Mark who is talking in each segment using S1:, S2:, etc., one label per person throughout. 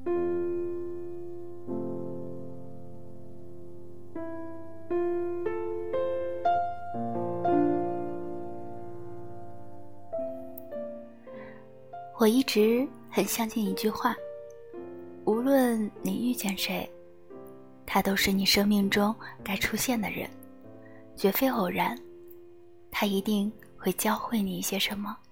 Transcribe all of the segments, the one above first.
S1: 我一直很相信一句话，无论你遇见谁，他都是你生命中该出现的人，绝非偶然，他一定会教会你一些什么。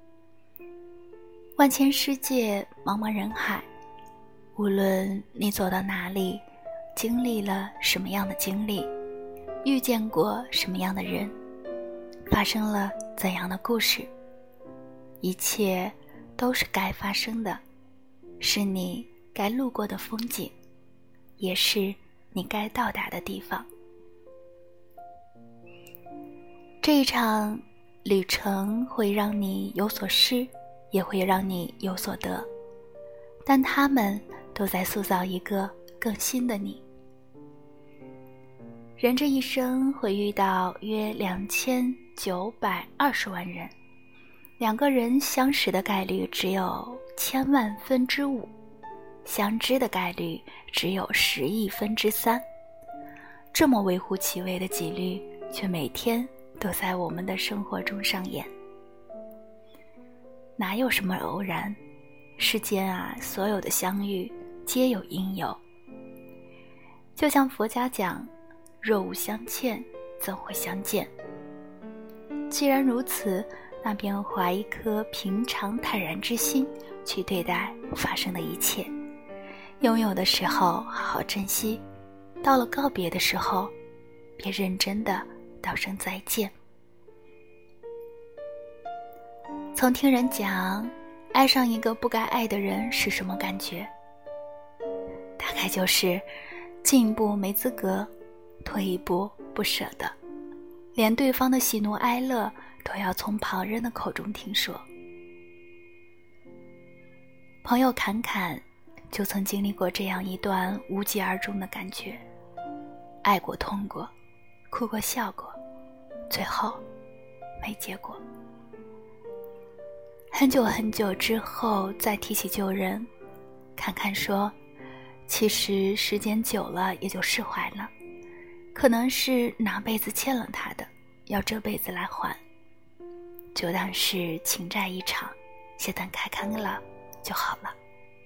S1: 万千世界，茫茫人海，无论你走到哪里，经历了什么样的经历，遇见过什么样的人，发生了怎样的故事，一切都是该发生的，是你该路过的风景，也是你该到达的地方。这一场旅程会让你有所失，也会让你有所得，但他们都在塑造一个更新的你。人这一生会遇到约2920万人，两个人相识的概率只有10000000分之5，相知的概率只有10亿分之3。这么微乎其微的几率，却每天都在我们的生活中上演。哪有什么偶然？世间啊，所有的相遇皆有因由。就像佛家讲，若无相欠，怎会相见？既然如此，那便怀一颗平常坦然之心去对待发生的一切。拥有的时候好好珍惜，到了告别的时候，别认真的道声再见。曾听人讲，爱上一个不该爱的人是什么感觉？大概就是进一步没资格，退一步不舍得，连对方的喜怒哀乐都要从旁人的口中听说。朋友侃侃就曾经历过这样一段无疾而终的感觉，爱过痛过，哭过笑过，最后没结果。很久很久之后再提起旧人，侃侃说，其实时间久了也就释怀了，可能是哪辈子欠了他的，要这辈子来还，就当是情债一场，先等开康了就好了。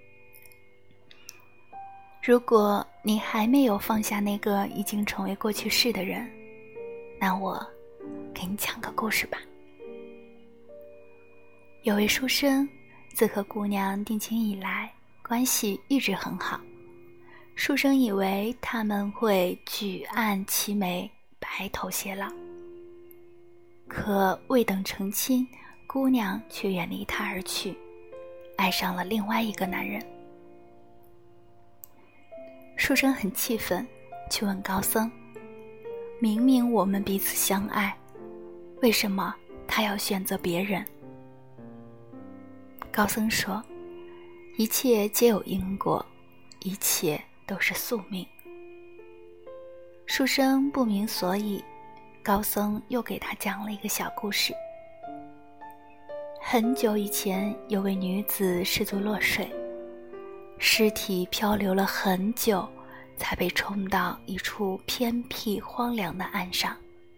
S1: 如果你还没有放下那个已经成为过去式的人，那我给你讲个故事吧。有位书生自和姑娘定亲以来，关系一直很好。书生以为他们会举案齐眉，白头偕老。可未等成亲，姑娘却远离他而去，爱上了另外一个男人。书生很气愤，去问高僧，明明我们彼此相爱，为什么他要选择别人？高僧说，一切皆有因果，一切都是宿命。书生不明所以，高僧又给他讲了一个小故事。很久以前，有位女子失足落水，尸体漂流了很久，才被冲到一处偏僻荒凉的岸上。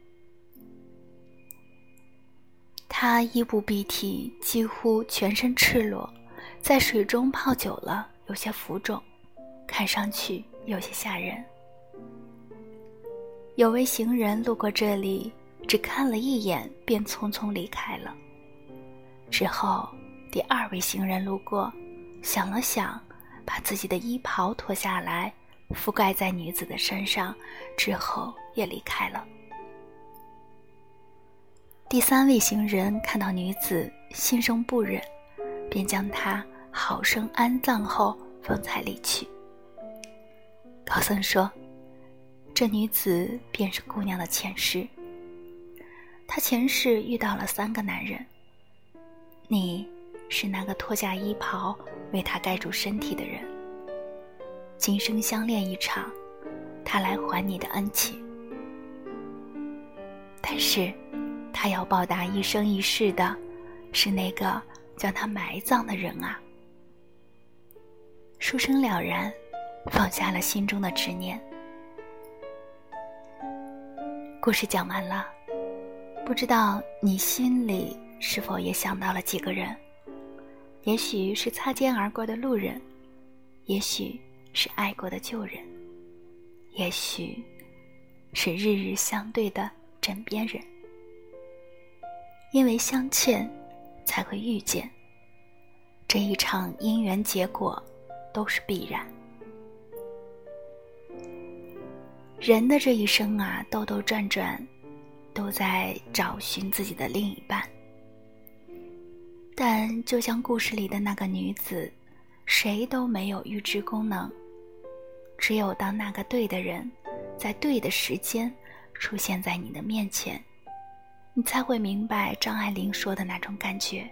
S1: 她衣不蔽体，几乎全身赤裸，在水中泡久了，有些浮肿，看上去有些吓人。有位行人路过这里，只看了一眼，便匆匆离开了。之后，第二位行人路过，想了想，把自己的衣袍脱下来，覆盖在女子的身上，之后也离开了。第三位行人看到女子，心生不忍，便将她好生安葬后方才离去。高僧说，这女子便是姑娘的前世。她前世遇到了3个男人，你是那个脱下衣袍为她盖住身体的人，今生相恋一场，她来还你的恩情。但是他要报答一生一世的，是那个将他埋葬的人啊。 书生了然，放下了心中的执念。故事讲完了，不知道你心里是否也想到了几个人？也许是擦肩而过的路人，也许是爱过的旧人，也许是日日相对的枕边人。因为相欠，才会遇见。这一场因缘结果都是必然。人的这一生啊，兜兜转转，都在找寻自己的另一半。但就像故事里的那个女子，谁都没有预知功能，只有当那个对的人在对的时间出现在你的面前，你才会明白张爱玲说的那种感觉。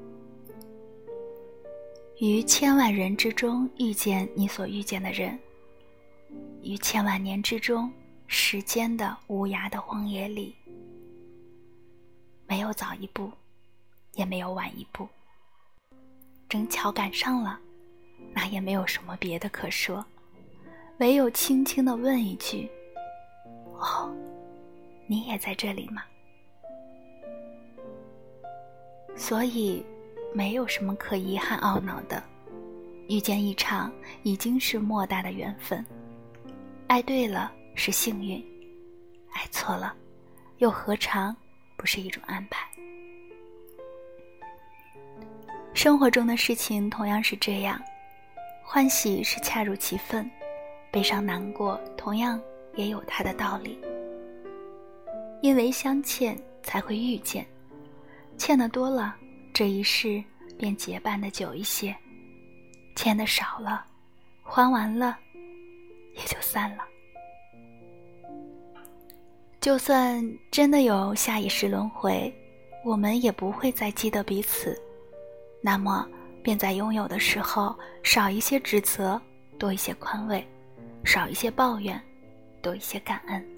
S1: 于千万人之中遇见你所遇见的人，于千万年之中时间的无涯的荒野里，没有早一步，也没有晚一步，正巧赶上了，那也没有什么别的可说，唯有轻轻地问一句：哦，你也在这里吗？所以没有什么可遗憾懊恼的，遇见一场已经是莫大的缘分。爱对了是幸运，爱错了又何尝不是一种安排？生活中的事情同样是这样，欢喜是恰如其分，悲伤难过同样也有它的道理。因为相欠才会遇见，欠的多了，这一世便结伴的久一些；欠的少了，还完了也就散了。就算真的有下一世轮回，我们也不会再记得彼此，那么便在拥有的时候少一些指责，多一些宽慰，少一些抱怨，多一些感恩。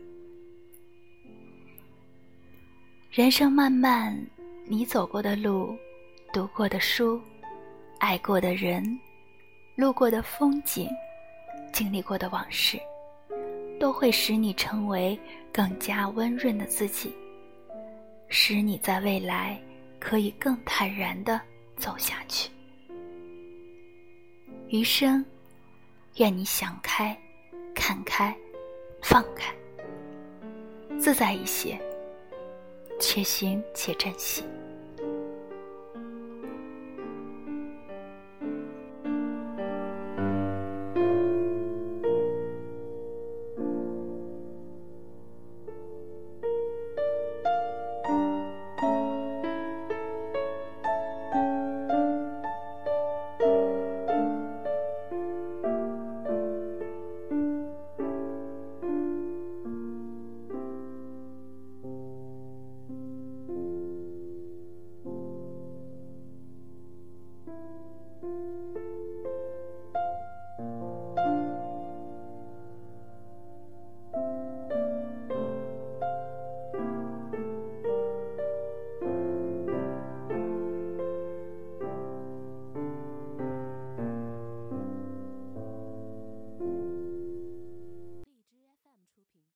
S1: 人生漫漫，你走过的路，读过的书，爱过的人，路过的风景，经历过的往事，都会使你成为更加温润的自己，使你在未来可以更坦然地走下去。余生，愿你想开、看开、放开，自在一些，且行且珍惜。